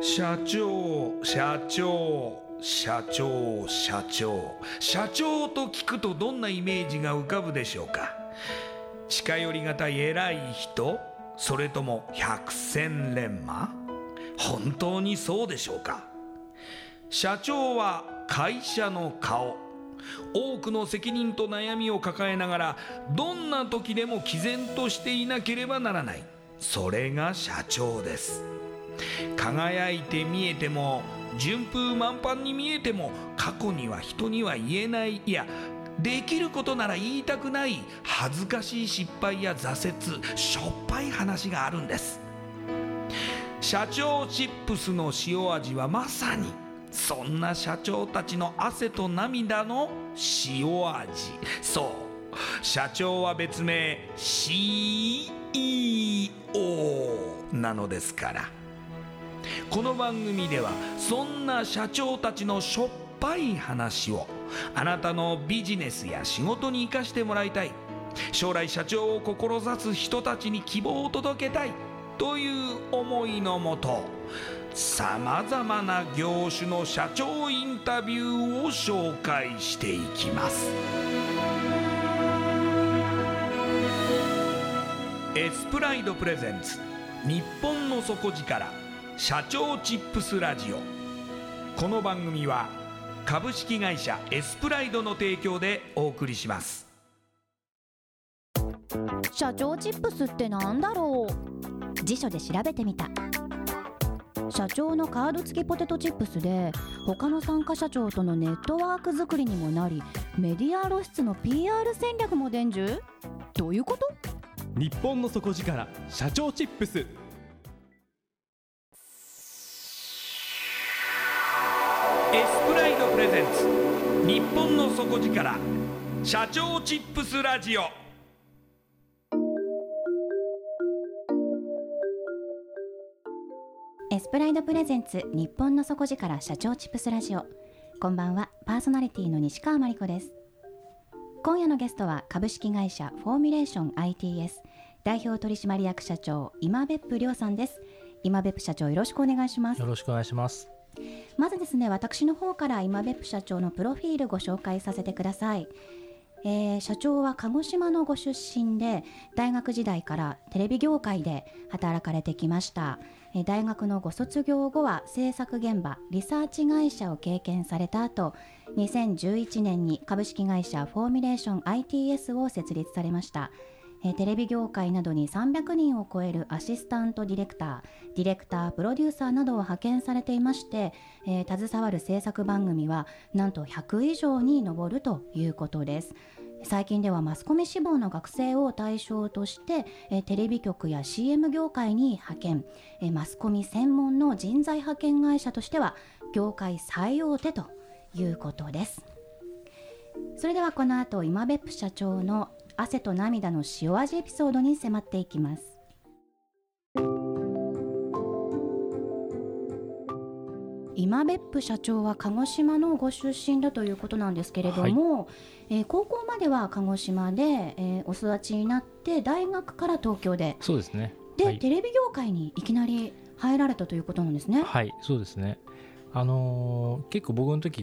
社長社長社長社長社長と聞くとどんなイメージが浮かぶでしょうか。近寄りがたい偉い人、それとも百戦錬磨。本当にそうでしょうか。社長は会社の顔、多くの責任と悩みを抱えながらどんな時でも毅然としていなければならない、それが社長です。輝いて見えても順風満帆に見えても、過去には人には言えない、いやできることなら言いたくない恥ずかしい失敗や挫折、しょっぱい話があるんです。社長チップスの塩味はまさにそんな社長たちの汗と涙の塩味。そう社長は別名 CEO なのですから。この番組ではそんな社長たちのしょっぱい話をあなたのビジネスや仕事に生かしてもらいたい、将来社長を志す人たちに希望を届けたいという思いのもと、さまざまな業種の社長インタビューを紹介していきます。エスプライドプレゼンツ日本の底力社長チップスラジオ。この番組は株式会社エスプライドの提供でお送りします。 社長チップスってなんだろう。辞書で調べてみた。社長のカード付きポテトチップスで他の参加社長とのネットワーク作りにもなり、メディア露出の PR 戦略も伝授。どういうこと？ 日本の底力社長チップス。 エスプライドプレゼンツ日本の底力社長チップスラジオ。 エスプライドプレゼンツ日本の底力社長チップスラジオ。こんばんは、パーソナリティの西川真理子です。今夜のゲストは株式会社フォーミュレーション ITS 代表取締役社長今別府亮さんです。今別府社長、よろしくお願いします。 よろしくお願いします。 まずですね、私の方から今別府社長のプロフィールご紹介させてください。社長は鹿児島のご出身で、大学時代からテレビ業界で働かれてきました。大学のご卒業後は制作現場、リサーチ会社を経験された後、2011年に株式会社フォーミュレーション ITS を設立されました。テレビ業界などに300人を超えるアシスタントディレクター、プロデューサーなどを派遣されていまして、携わる制作番組はなんと100以上に上るということです。最近ではマスコミ志望の学生を対象として、テレビ局や CM 業界に派遣、マスコミ専門の人材派遣会社としては業界最大手ということです。それではこの後、今別府社長の汗と涙の塩味エピソードに迫っていきます。今別府社長は鹿児島のご出身だということなんですけれども、高校までは鹿児島で、お育ちになって、大学から東京で、 そうですね。 で、 はい、 テレビ業界にいきなり入られたということなんですね。 はい、そうですね。結構僕の時って、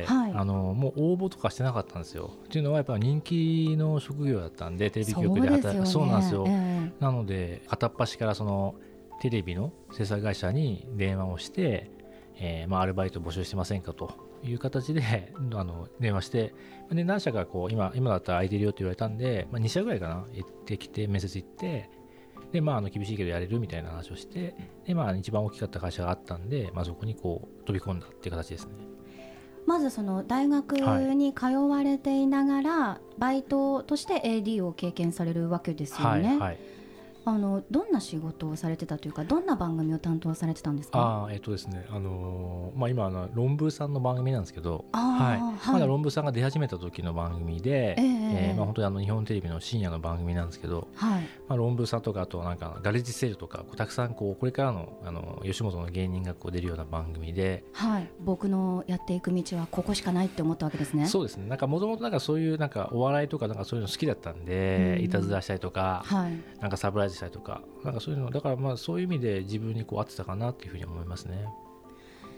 はい、 もう応募とかしてなかったんですよ。っていうのはやっぱり人気の職業だったんで、テレビ局で働く。そうなんですよ。なので片っ端からそのテレビの制作会社に電話をして、アルバイト募集してませんかという形で電話して、で何社かこう今だったら空いてるよって言われたんで、2社ぐらいかな行ってきて、面接行って、で厳しいけどやれるみたいな話をして、で一番大きかった会社があったんで、そこにこう飛び込んだっていう形ですね。 まずその大学に通われていながら、バイトとして AD を経験されるわけですよね。 はい、 どんな仕事をされてたというか、どんな番組を担当されてたんですか？ ですね、今論文さんの番組なんですけど、まだ論文さんが出始めた時の番組で、本当に日本テレビの深夜の番組なんですけど、論文さんとか、あとガレージセールとかたくさんこれからの吉本の芸人が出るような番組で、 僕のやっていく道はここしかないって思ったわけですね。 そうですね。もともとそういうお笑いとかそういうの好きだったんで、いたずらしたりとか、サプライズしたりとか、そういうのだから、そういう意味で自分に合ってたかなっていうふうに思いますね。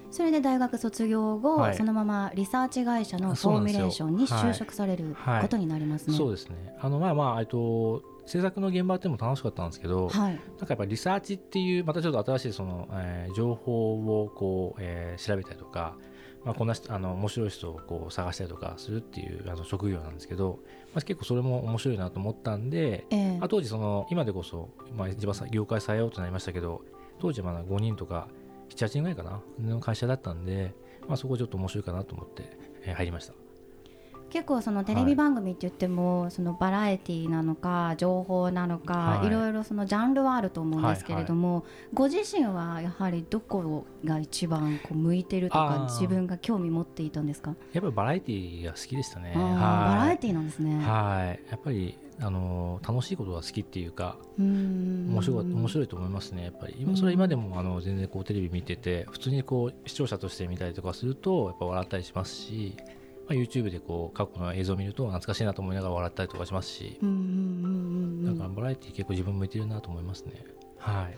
それで大学卒業後、 はい、 そのままリサーチ会社のフォーミュレーションに就職されることになりますね。 そうですね。制作の現場っていうのも楽しかったんですけど、 はい、 なんかやっぱりリサーチっていうまたちょっと新しいその、情報をこう、調べたりとか、こんな面白い人をこう探したりとかするっていう職業なんですけど、結構それも面白いなと思ったんで、当時今でこそ、一番業界採用となりましたけど、当時はまだ5人とか7、8人ぐらいかなの会社だったんで、そこちょっと面白いかなと思って、入りました。 結構そのテレビ番組って言っても、はい、そのバラエティなのか情報なのか、はい、いろいろそのジャンルはあると思うんですけれども、はいはい、ご自身はやはりどこが一番こう向いてるとか自分が興味持っていたんですか？ やっぱりバラエティが好きでしたね。 バラエティなんですね。 はい、やっぱり楽しいことが好きっていうか、面白いと思いますね。やっぱりそれは今でも全然こうテレビ見てて普通にこう視聴者として見たりとかするとやっぱ笑ったりしますし、YouTube でこう過去の映像を見ると懐かしいなと思いながら笑ったりとかしますし、だからバラエティ結構自分向いてるなと思いますね。はい、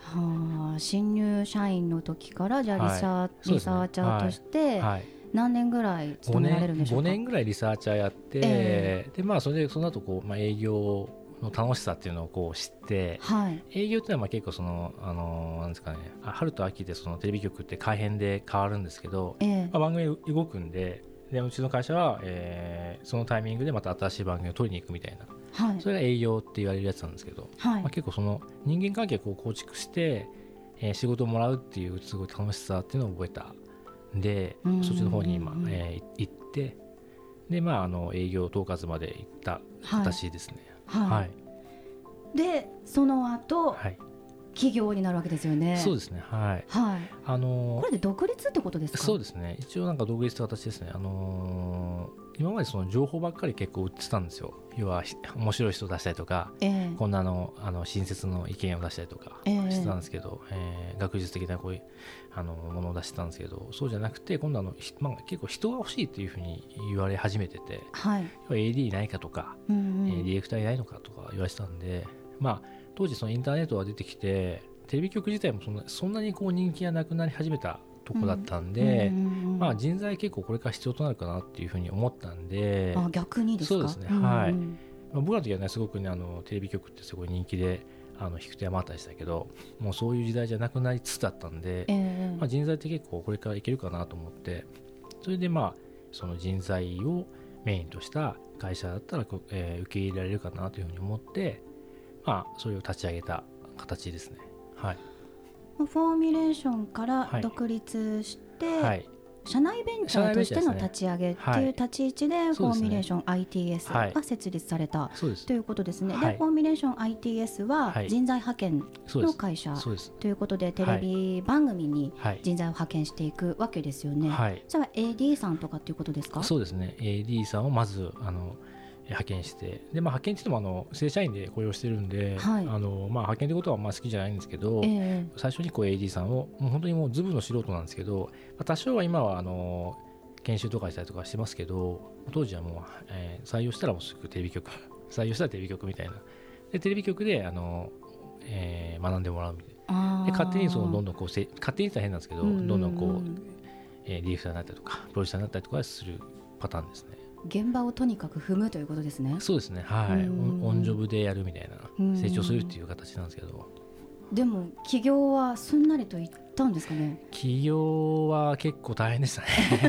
新入社員の時からじゃあリサーチャーとして何年ぐらい勤められるんでしょうか？ 5年ぐらいリサーチャーやって、でそれでその後こう、営業の楽しさっていうのをこう知って、はい、営業っていうのは結構なんですかね、春と秋でそのテレビ局って改編で変わるんですけど、番組動くんでうちの会社は、そのタイミングでまた新しい番組を取りに行くみたいな、はい、それが営業って言われるやつなんですけど、はい、結構その人間関係をこう構築して、仕事をもらうっていうすごい楽しさっていうのを覚えたんで、そっちの方に今、行って、で営業統括まで行った形ですね。はいはい、 でその後、はい、企業になるわけですよね。 そうですね。はい。 はい。これで独立ってことですか？ そうですね。一応なんか独立って形ですね。今までその情報ばっかり結構売ってたんですよ。要は面白い人を出したりとか、こんな親切の意見を出したりとかしてたんですけど、学術的なこういうものを出してたんですけど、そうじゃなくて今度結構人が欲しいっていうふうに言われ始めてて、はい、要は AD いないかとか、ディレクターいないのかとか言われてたんで、当時そのインターネットが出てきてテレビ局自体もそんなにこう人気がなくなり始めたとこだったんで、人材結構これから必要となるかなっていうふうに思ったんで。 逆にですか？ そうですね。はい。僕らの時はねすごくねテレビ局ってすごい人気で引く手余ったりしたけど、もうそういう時代じゃなくなりつつだったんで、人材って結構これからいけるかなと思って、それでその人材をメインとした会社だったら、受け入れられるかなというふうに思って、それを立ち上げた形ですね。はい。 フォーミュレーションから独立して、はい、社内ベンチャーとしての立ち上げっていう立ち位置でフォーミュレーション ITS が設立されたということですね。でフォーミュレーション ITS は人材派遣の会社ということでテレビ番組に人材を派遣していくわけですよね。それは AD さんとかっていうことですか？ そうですね。 AD さんをまず派遣して、で派遣って言っても正社員で雇用してるんで、はい、派遣ってことは好きじゃないんですけど、最初にAD さんをもう本当にもうズブの素人なんですけど、多少は今は研修とかしたりとかしてますけど、当時はもう、採用したらもうすぐテレビ局採用したらテレビ局みたいなでテレビ局で学んでもらうみたいなで、勝手にどんどん勝手に言ったら変なんですけど、どんどんディレクターになったりとかプロデューサーになったりとかするパターンですね。 現場をとにかく踏むということですね。 そうですね。はい。オンジョブでやるみたいな、成長するっていう形なんですけど。 でも起業はすんなりといったんですかね？ 起業は結構大変でしたね。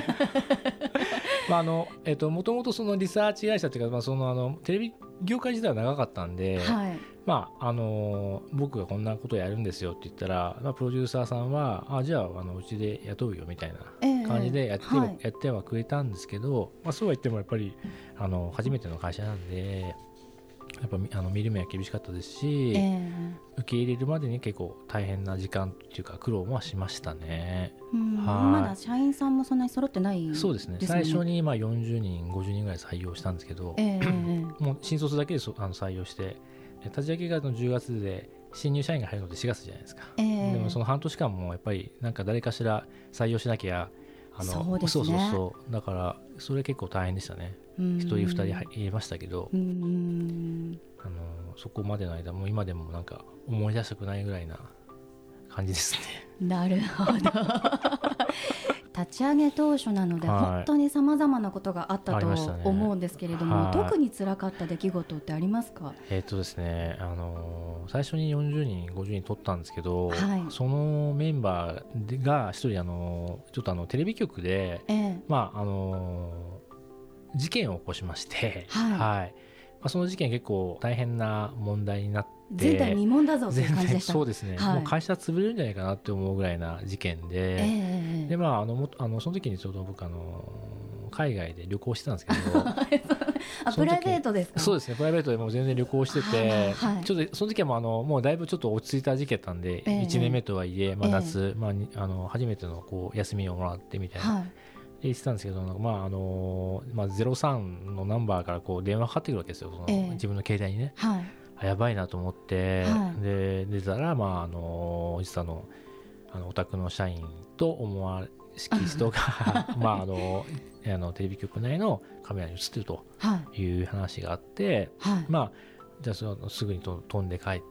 もともとそのリサーチ会社っていうか、テレビ業界自体は長かったんで、はい、僕がこんなことやるんですよって言ったら、プロデューサーさんはじゃあうちで雇うよみたいな感じでやってはくれたんですけど、そうは言ってもやっぱり初めての会社なんでやっぱ見る目は厳しかったですし、受け入れるまでに結構大変な時間っていうか苦労はしましたね。 まだ社員さんもそんなに揃ってないですね。 そうですね。最初に40人50人ぐらい採用したんですけど、もう新卒だけで採用して立ち上げが10月で新入社員が入るので4月じゃないですか。でもその半年間もやっぱりなんか誰かしら採用しなきゃそうですね。 そうだからそれ結構大変でしたね。1人2人入れましたけど、そこまでの間も今でもなんか思い出したくないぐらいな感じですね。 なるほど。 立ち上げ当初なので、本当にさまざまなことがあったと思うんですけれども、特に辛かった出来事ってありますか？ ですね、最初に40人50人取ったんですけど、そのメンバーが一人ちょっとテレビ局で、事件を起こしまして、その事件結構大変な問題になって、 前代未聞だぞという感じでした。 そうですね、もう会社潰れるんじゃないかなって思うぐらいな事件で、でその時にちょうど僕海外で旅行してたんですけどプライベートですか？ そうですね、プライベートでもう全然旅行してて、ちょっとその時はもうだいぶちょっと落ち着いた時期だったんで、1年目とはいえ、夏、初めての休みをもらってみたいな、言ってたんですけど、03のナンバーから電話かかってくるわけですよ、自分の携帯にね。やばいなと思って、で出たら、実はお宅の社員と思わしき人がテレビ局内のカメラに映ってるという話があって、じゃあすぐに飛んで帰って、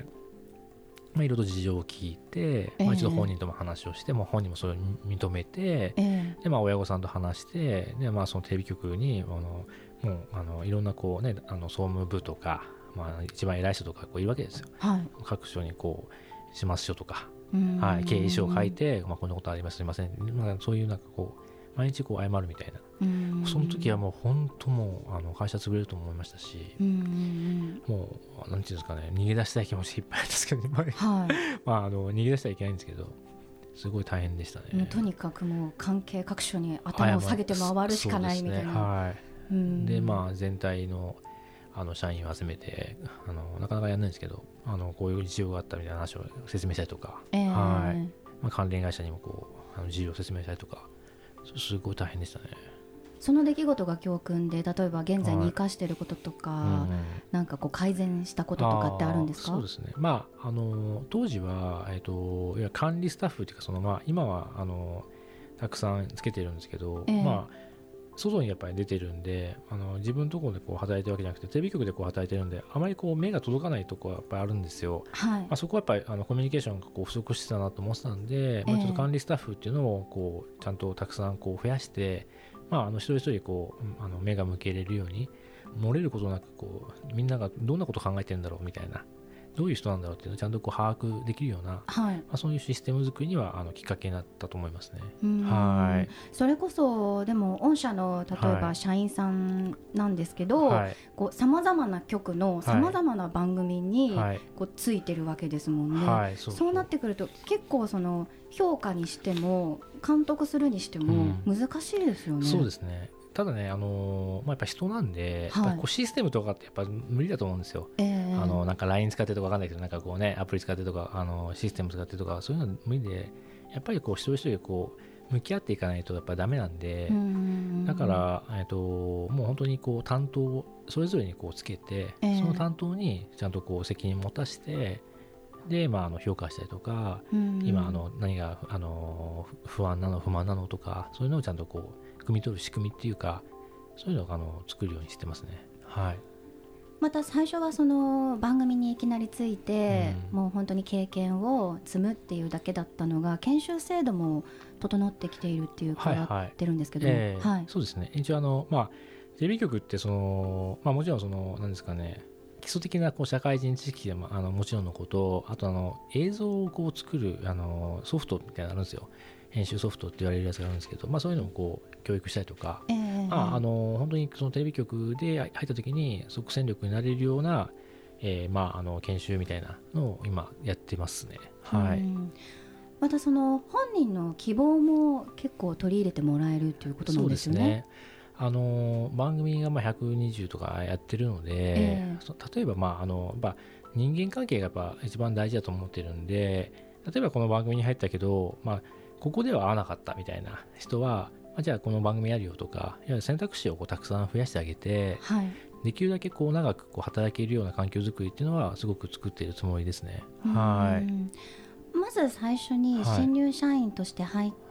いろいろと事情を聞いて、一度本人とも話をして、本人もそれを認めて、で親御さんと話して、でそのテレビ局にもういろんな総務部とか、一番偉い人とかいるわけですよ。各所に始末書とか、経営書を書いて、こんなことありますすいません、そういう毎日謝るみたいな、その時はもう本当会社潰れると思いましたし、もうなんていうんですかね、逃げ出したい気持ちいっぱいあるんですけど、逃げ出したらいけないんですけど、すごい大変でしたね。 とにかくもう関係各所に頭を下げて回るしかないみたいな。 で全体の社員を集めて、なかなかやらないんですけど、こういう事情があったみたいな話を説明したりとか、関連会社にも事情を説明したりとか、すごい大変でしたね。 その出来事が教訓で、例えば現在に生かしていることとか、なんか改善したこととかってあるんですか？ そうですね、当時は、いわゆる管理スタッフというか、今はたくさんつけてるんですけど、外にやっぱり出てるんで、自分のところで働いてるわけじゃなくて、テレビ局で働いてるんで、あまり目が届かないところがやっぱりあるんですよ。そこはやっぱりコミュニケーションが不足してたなと思ってたんで、ちょっと管理スタッフっていうのをちゃんとたくさん増やして、一人一人目が向けれるように、漏れることなくみんながどんなことを考えてるんだろうみたいな、どういう人なんだろうっていうのをちゃんと把握できるような、そういうシステム作りにはきっかけになったと思いますね。 それこそでも御社の例えば社員さんなんですけど、さまざまな局のさまざまな番組についてるわけですもんね。そうなってくると結構評価にしても監督するにしても難しいですよね。 そうですね。ただね、やっぱ人なんで、システムとかってやっぱ無理だと思うんですよ。なんか LINE 使ってとか分かんないけど、なんかアプリ使ってとかシステム使ってとか、そういうのは無理で、やっぱり一人一人向き合っていかないとやっぱダメなんで、だから、もう本当に担当それぞれにつけて、その担当にちゃんと責任を持たせて、で評価したりとか、今何が不安なの不満なのとか、そういうのをちゃんと汲み取る仕組みっていうか、そういうのを作るようにしてますね。 また最初はその番組にいきなりついて、もう本当に経験を積むっていうだけだったのが、研修制度も整ってきているっていうかやってるんですけど、 そうですね。一応テレビ局ってもちろん何ですかね、基礎的な社会人知識でももちろんのこと、あと映像を作るソフトみたいなのあるんですよ。編集ソフトって言われるやつがあるんですけど、そういうのも教育したりとか、本当にそのテレビ局で入った時に即戦力になれるような、研修みたいなのを今やってますね。 また本人の希望も結構取り入れてもらえるということなんですよね。 番組が120とかやってるので、例えば人間関係がやっぱ一番大事だと思ってるんで、例えばこの番組に入ったけど、ここでは合わなかったみたいな人は、じゃあこの番組やるよとか、選択肢をたくさん増やしてあげて、できるだけ長く働けるような環境づくりっていうのはすごく作っているつもりですね。 まず最初に新入社員として入った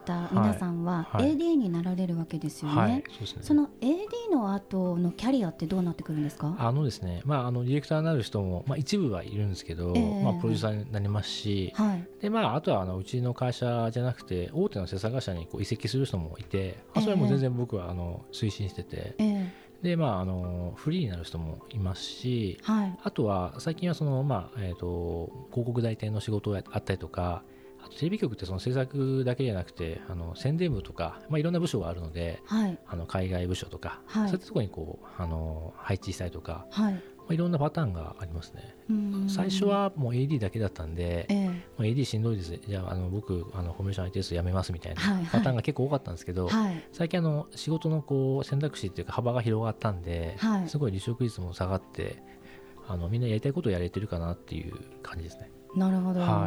った皆さんは AD になられるわけですよね。 はい、そうですね。 その AD の後のキャリアってどうなってくるんですか？ ですね、ディレクターになる人も、一部はいるんですけど、プロデューサーになりますし、はい、であとはうちの会社じゃなくて大手の制作会社に移籍する人もいて、それも全然僕は推進してて、でフリーになる人もいますし、はい、あとは最近は広告代理店の仕事があったりとか、あとテレビ局ってその制作だけじゃなくて宣伝部とか、いろんな部署があるので、はい、海外部署とか、はい、そういったところに配置したりとか、はい、いろんなパターンがありますね。最初はもう AD だけだったんで、AD しんどいです、じゃあ僕フォーメーション IT やめますみたいなパターンが結構多かったんですけど、はい、最近仕事の選択肢っていうか幅が広がったんで、はい、すごい離職率も下がってみんなやりたいことをやれてるかなっていう感じですね。 なるほど、はい、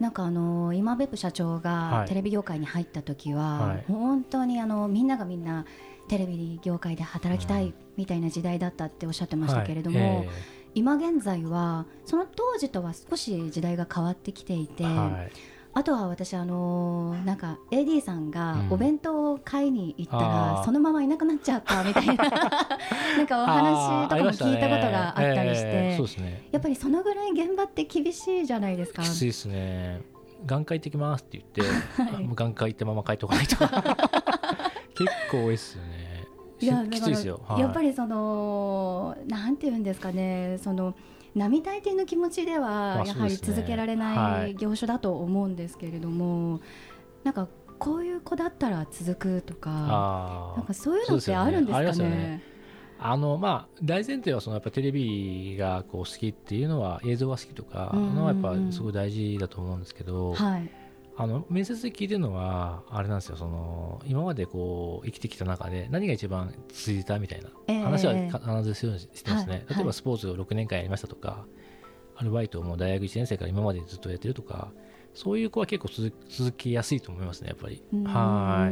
なんか今別府社長がテレビ業界に入った時は、はい、本当にみんながみんなテレビ業界で働きたいみたいな時代だったっておっしゃってましたけれども、今現在はその当時とは少し時代が変わってきていて、あとは私なんか AD さんがお弁当を買いに行ったら、そのままいなくなっちゃったみたいななんかお話とかも聞いたことがあったりして、そうですね、やっぱりそのぐらい現場って厳しいじゃないですか。 きついですね。眼科行ってきますって言って、はい、眼科行ってまま帰ってこないとか結構多いですよね。 いやきついですよ、はい、やっぱりなんていうんですかね、並大抵の気持ちではやはり続けられない業種だと思うんですけれども、なんかこういう子だったら続くとか、なんかそういうのってあるんですかね。 大前提はやっぱテレビが好きっていうのは、映像が好きとかのはやっぱすごい大事だと思うんですけど、面接で聞いてるのはあれなんですよ、今まで生きてきた中で何が一番続いたみたいな話は必ずするようにしてますね。例えばスポーツを6年間やりましたとか、アルバイトも大学1年生から今までずっとやってるとか、そういう子は結構続きやすいと思いますね、やっぱり。はい。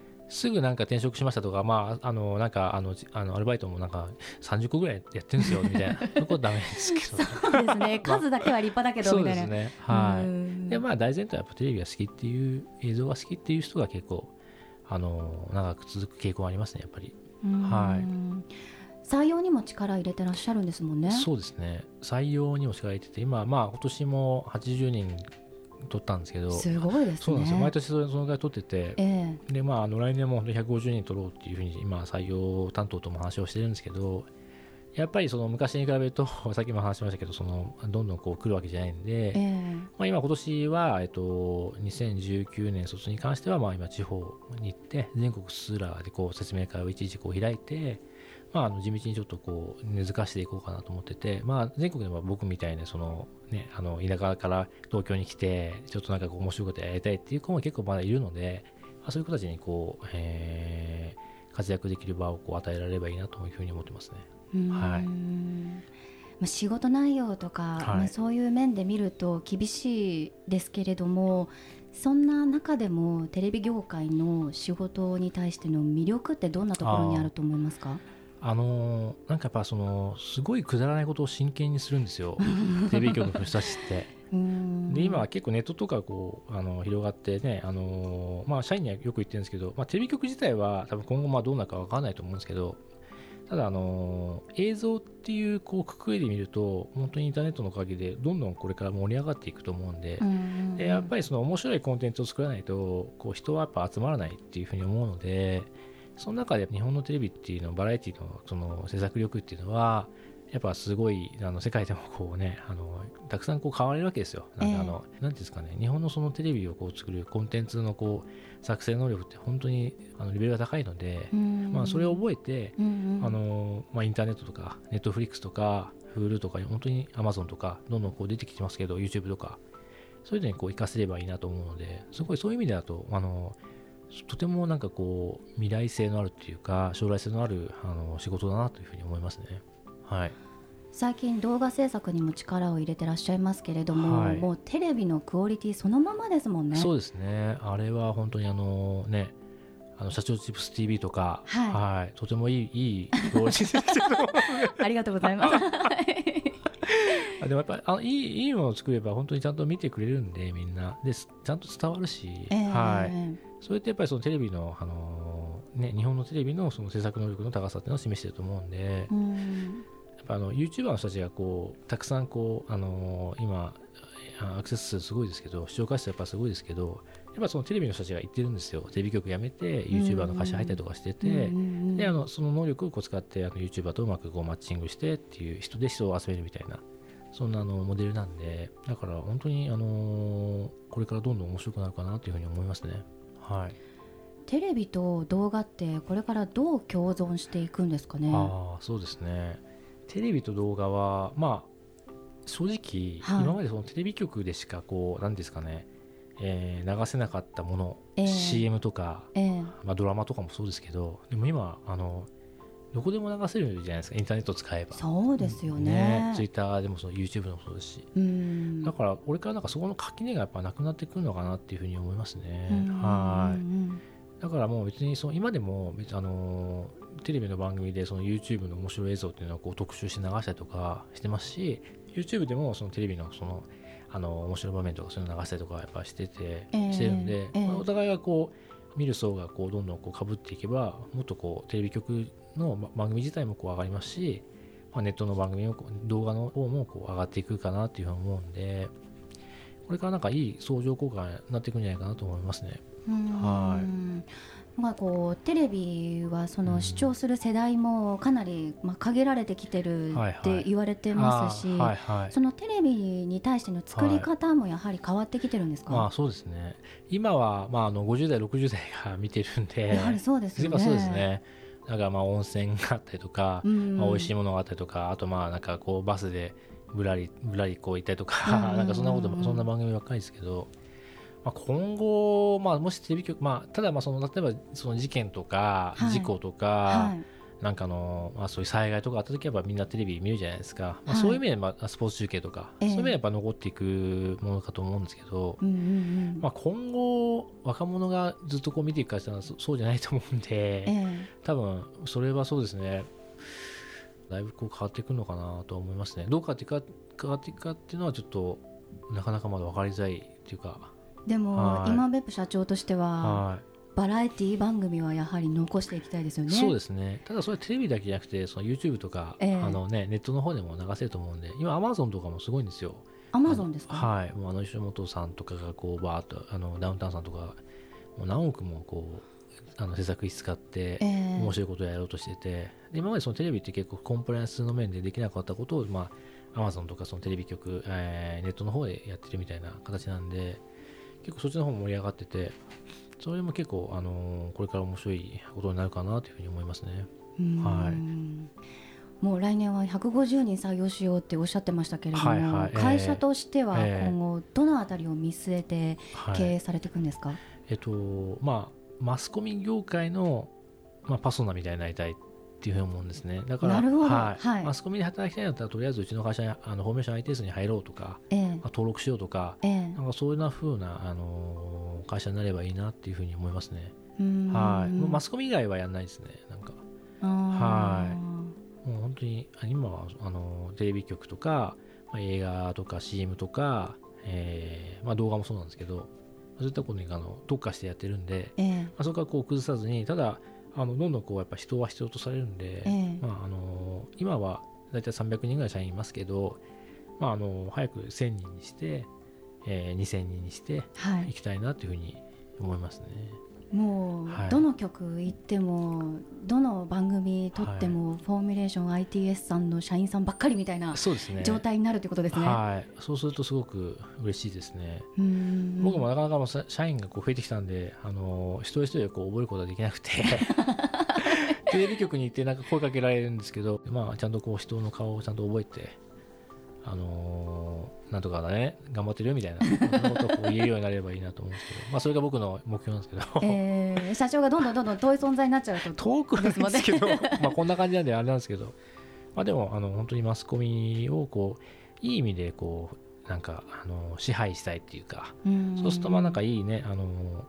すぐなんか転職しましたとか、なんかアルバイトもなんか30個ぐらいやってるんですよみたいなそこはダメですけどそうですね、数だけは立派だけどみたいな。そうですね、 はい。で大前提はやっぱテレビが好きっていう、映像が好きっていう人が結構長く続く傾向がありますね、やっぱり。はい。 採用にも力入れてらっしゃるんですもんね。 そうですね、採用にも力入れてて、今年も80人取ったんですけど、 すごいですね。 そうなんですよ、毎年そのぐらい取ってて、で来年も150人取ろうっていうふうに今採用担当とも話をしてるんですけど、やっぱり昔に比べるとさっきも話しましたけど、どんどん来るわけじゃないんで、今年は、2019年卒に関しては今地方に行って全国津々浦々で説明会をいちいち開いて、地道にちょっと根付かしていこうかなと思ってて、全国でも僕みたいな田舎から東京に来てちょっとなんか面白いことやりたいっていう子も結構まだいるので、そういう子たちに活躍できる場を与えられればいいなというふうに思ってますね。はい。 仕事内容とか、そういう面で見ると厳しいですけれども、そんな中でもテレビ業界の仕事に対しての魅力ってどんなところにあると思いますか？ なんかやっぱすごいくだらないことを真剣にするんですよテレビ局の人たちってで今は結構ネットとか広がってね、社員にはよく言ってるんですけど、テレビ局自体は多分今後どうなるか分からないと思うんですけど、ただ映像っていうくくりで見ると本当にインターネットのおかげでどんどんこれから盛り上がっていくと思うんで、やっぱり面白いコンテンツを作らないと人はやっぱ集まらないっていうふうに思うので、その中で日本のテレビっていうのバラエティの制作力っていうのはやっぱすごい世界でもたくさん買われるわけですよ。なんていうんですかね、日本のテレビを作るコンテンツの作成能力って本当にレベルが高いので、それを覚えて、インターネットとかネットフリックスとか Hulu とか本当に Amazon とかどんどん出てきてますけど、 YouTube とかそういうのに活かせればいいなと思うので、すごいそういう意味でだととてもなんか未来性のあるっていうか将来性のある仕事だなというふうに思いますね。はい。 最近動画制作にも力を入れてらっしゃいますけれども、もうテレビのクオリティそのままですもんね。 そうですね、あれは本当に社長チップス TV とか、とてもいいクオリティですけどありがとうございますでもやっぱりいいものを作れば本当にちゃんと見てくれるんで、みんなでちゃんと伝わるし、はい、それってやっぱりそのテレビの、日本のテレビのその制作能力の高さっていうのを示していると思うんで、やっぱYouTuber の人たちがたくさん今アクセス数すごいですけど、視聴回数やっぱすごいですけど、やっぱそのテレビの人たちが言ってるんですよ。テレビ局辞めて YouTuber の会社入ったりとかしてて、でその能力を使ってYouTuber とうまくマッチングしてっていう人で人を集めるみたいな、そんなモデルなんで、だから本当にこれからどんどん面白くなるかなというふうに思いますね。はい。 テレビと動画ってこれからどう共存していくんですかね。 そうですね。テレビと動画は正直、今までそのテレビ局でしか何ですかね、流せなかったもの、CM とか、ドラマとかもそうですけど、でも今どこでも流せるじゃないですか、インターネットを使えば。 そうですよね。 ツイッターでもYouTube でもそうですし、だからこれからそこの垣根がやっぱなくなってくるのかなっていうふうに思いますね。はい。だからもう別に今でもテレビの番組でYouTube の面白い映像っていうのを特集して流したりとかしてますし、YouTube でもテレビの面白い場面とかそういうの流したりとかやっぱしてるんで、お互いが見る層がどんどん被っていけば、もっとテレビ局の番組自体も上がりますし、ネットの番組も動画の方も上がっていくかなっていうふうに思うんで、これからいい相乗効果になっていくんじゃないかなと思いますね。はい。 テレビは視聴する世代もかなり限られてきてるって言われてますし、そのテレビに対しての作り方もやはり変わってきてるんですか。 そうですね。今は50代60代が見てるんで、 やはりそうですよね。 そうですね。なんか温泉があったりとか、美味しいものがあったりとか、あとなんかバスでぶらり行ったりとか、なんかそんな番組ばっかりですけど、今後、もしテレビ局、ただ例えば事件とか事故とか、なんかそういう災害とかあった時はみんなテレビ見るじゃないですか。そういう意味でスポーツ中継とか、そういう意味でやっぱ残っていくものかと思うんですけど、今後若者がずっと見ていくかっていうのはそうじゃないと思うんで、多分それはそうですね、だいぶ変わっていくのかなと思いますね。どう変わっていくかっていうのはちょっとなかなかまだ分かりづらいっていうか。 でも今別府社長としては、バラエティ番組はやはり残していきたいですよね。 そうですね。ただそれテレビだけじゃなくてYouTube とか、ネットの方でも流せると思うんで、今 Amazon とかもすごいんですよ。 Amazon ですか。 はい。もう石本さんとかがバーッとダウンタウンさんとかもう何億も制作費使って面白いことをやろうとしてて、今までテレビって結構コンプライアンスの面でできなかったことをAmazon とかテレビ局、ネットの方でやってるみたいな形なんで、結構そっちの方も盛り上がってて、それも結構、これから面白いことになるかなというふうに思いますね。はい。 もう来年は150人採用しようっておっしゃってましたけれども、会社としては今後どのあたりを見据えて経営されていくんですか。 マスコミ業界の、パソナみたいになりたいっていうふうに思うんですね。だから、マスコミで働きたいんだったらとりあえずうちの会社にフォーメーション IT に入ろうとか、登録しようとか、なんかそういう風な、会社になればいいなっていうふうに思いますね。はい。もうマスコミ以外はやんないですね。なんかはい。もう本当に今はテレビ局とか、映画とか CM とか、動画もそうなんですけど、そういったことに特化してやってるんで、そこから崩さずに、ただどんどんやっぱ人は必要とされるんで、今はだいたい300人ぐらい社員いますけど、早く1000人にして、2000人にしていきたいなというふうに思いますね。 もう、どの局行ってもどの番組撮っても、フォーミュレーション ITS さんの社員さんばっかりみたいな状態になるということですね。 そうするとすごく嬉しいですね。僕もなかなか社員が増えてきたんで、一人一人覚えることができなくてテレビ局に行ってなんか声かけられるんですけど、ちゃんと人の顔をちゃんと覚えて、なんとかだね頑張ってるよみたいなことを言えるようになればいいなと思うんですけど、それが僕の目標なんですけど、 社長がどんどん遠い存在になっちゃうと遠くなんですけどこんな感じなんであれなんですけど、でも本当にマスコミをいい意味でなんか支配したいっていうか、そうするとなんかいいね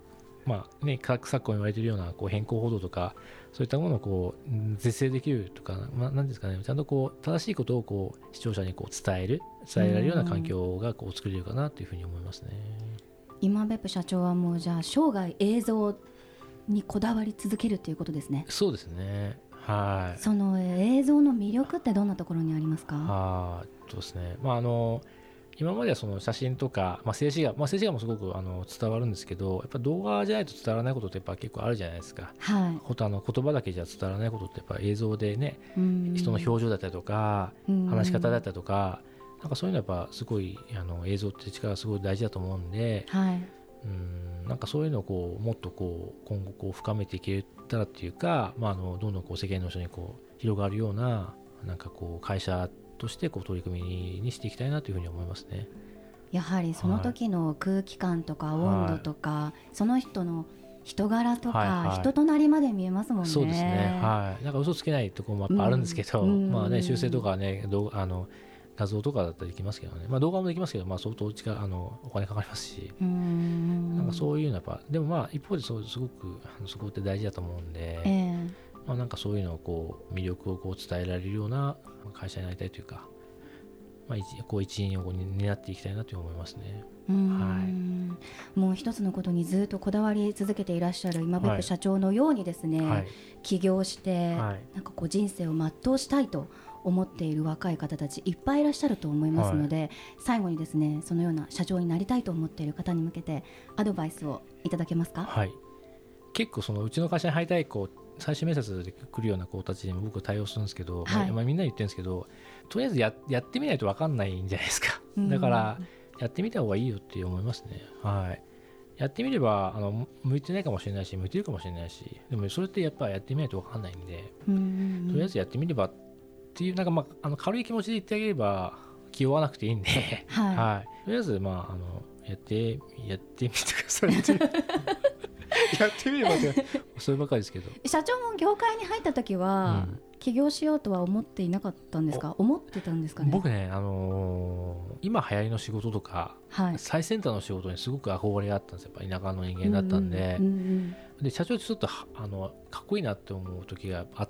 昨今言われているような変更報道とかそういったものを是正できるとか、なんですかね、ちゃんと正しいことを視聴者に伝えられるような環境が作れるかなというふうに思いますね。 今別府社長はもうじゃあ生涯映像にこだわり続けるということですね。 そうですね、はい。 その映像の魅力ってどんなところにありますか？ そうですね、今まではその写真とか、静止画もすごく伝わるんですけど、やっぱ動画じゃないと伝わらないことってやっぱ結構あるじゃないですか、 はい、 言葉だけじゃ伝わらないことってやっぱ映像でね、人の表情だったりとか話し方だったりとか、なんかそういうのはやっぱすごい映像って力がすごい大事だと思うんで、 はい、 なんかそういうのをもっと今後深めていけたらっていうか、どんどん世間の人に広がるような、なんか会社として取り組みにしていきたいなというふうに思いますね。 やはりその時の空気感とか温度とか、その人の人柄とか、人となりまで見えますもんね。 そうですね、なんか嘘つけないところもやっぱあるんですけど、修正とかね、画像とかだったらできますけどね、動画もできますけど、相当お金かかりますし、なんかそういうのやっぱでも一方ですごくそこって大事だと思うんで、なんかそういうのを魅力を伝えられるような会社になりたいというか、一員を担っていきたいなと思いますね。 もう一つのことにずっとこだわり続けていらっしゃる今別府社長のようにですね、起業して、なんか人生を全うしたいと思っている若い方たちいっぱいいらっしゃると思いますので、最後にですね、そのような社長になりたいと思っている方に向けてアドバイスをいただけますか？ 結構うちの会社に入りたい最終面接で来るような子たちにも僕は対応するんですけど、みんなに言ってるんですけど、とりあえず やってみないと分かんないんじゃないですか。だからやってみた方がいいよって思いますね。やってみれば向いてないかもしれないし、向いてるかもしれないし、でもそれってやっぱりやってみないと分かんないんで、とりあえずやってみればっていう、なんか軽い気持ちで言ってあげれば気負わなくていいんで、とりあえずやってみてくださいってやってみればそればかりですけど。 社長も業界に入った時は、起業しようとは思っていなかったんですか？思ってたんですかね？ 僕ね、今流行りの仕事とか、最先端の仕事にすごく憧れがあったんですよ。やっぱ田舎の人間だったんで、で社長ってちょっとかっこいいなって思う時があって、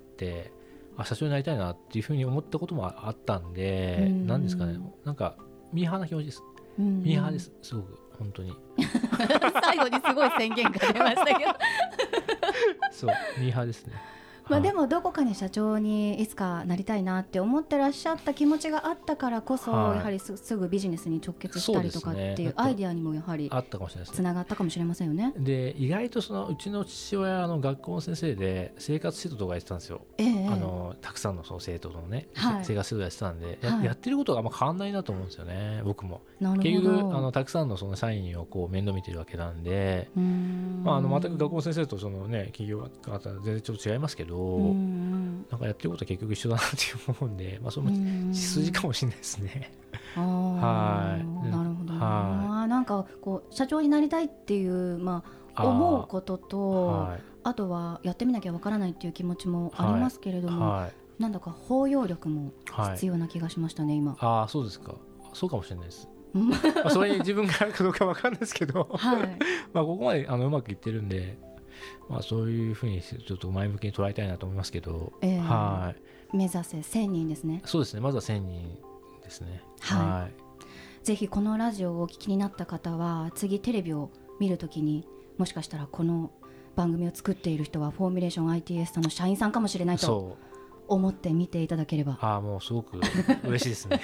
社長になりたいなっていうふうに思ったこともあったんで、なんですかね、なんかミーハーな気持ちです。ミーハーです、すごく本当に最後にすごい宣言が出ましたけどそう、ミーハーですね。 でもどこかに社長にいつかなりたいなって思ってらっしゃった気持ちがあったからこそ、やはりすぐビジネスに直結したりとかっていうアイデアにもやはりつながったかもしれませんよね。 で意外とうちの父親学校の先生で生活指導とかやってたんですよ。たくさんの生徒のね、生活指導やってたんで、やってることがあんま変わんないなと思うんですよね、僕も。結局たくさんの社員を面倒見てるわけなんで、全く学校の先生と企業が全然ちょっと違いますけど、なんかやってることは結局一緒だなって思うんで、その血筋かもしれないですね。 なるほど、なんか社長になりたいっていう、思うことと、あとはやってみなきゃわからないっていう気持ちもありますけれども、なんだか包容力も必要な気がしましたね、今。 そうですか。そうかもしれないです。それに自分があるかどうかわかんないですけど、ここまでうまくいってるんで、そういうふうにちょっと前向きに捉えたいなと思いますけど、 目指せ1000人ですね。 そうですね、まずは1000人ですね。 ぜひこのラジオをお聞きになった方は、次テレビを見るときに、もしかしたらこの番組を作っている人はフォーミュレーション ITS さんの社員さんかもしれないと思って見ていただければ。 もうすごく嬉しいですね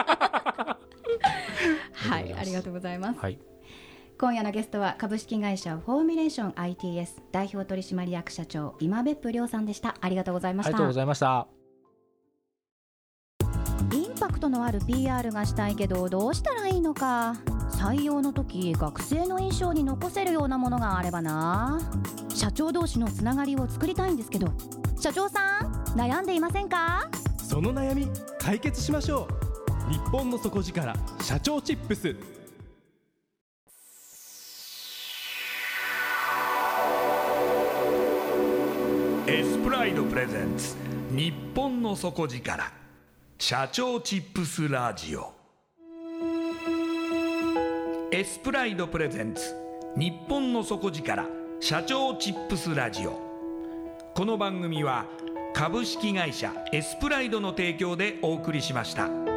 はい、ありがとうございます。今夜のゲストは株式会社フォーミュレーション ITS 代表取締役社長今別府亮さんでした。ありがとうございました。 ありがとうございました。 インパクトのある PR がしたいけどどうしたらいいのか。採用の時学生の印象に残せるようなものがあればな。社長同士のつながりを作りたいんですけど、社長さん悩んでいませんか？ その悩み解決しましょう。日本の底力社長チップス。 エスプライドプレゼンツ日本の底力社長チップスラジオ。エスプライドプレゼンツ日本の底力社長チップスラジオ。この番組は株式会社エスプライドの提供でお送りしました。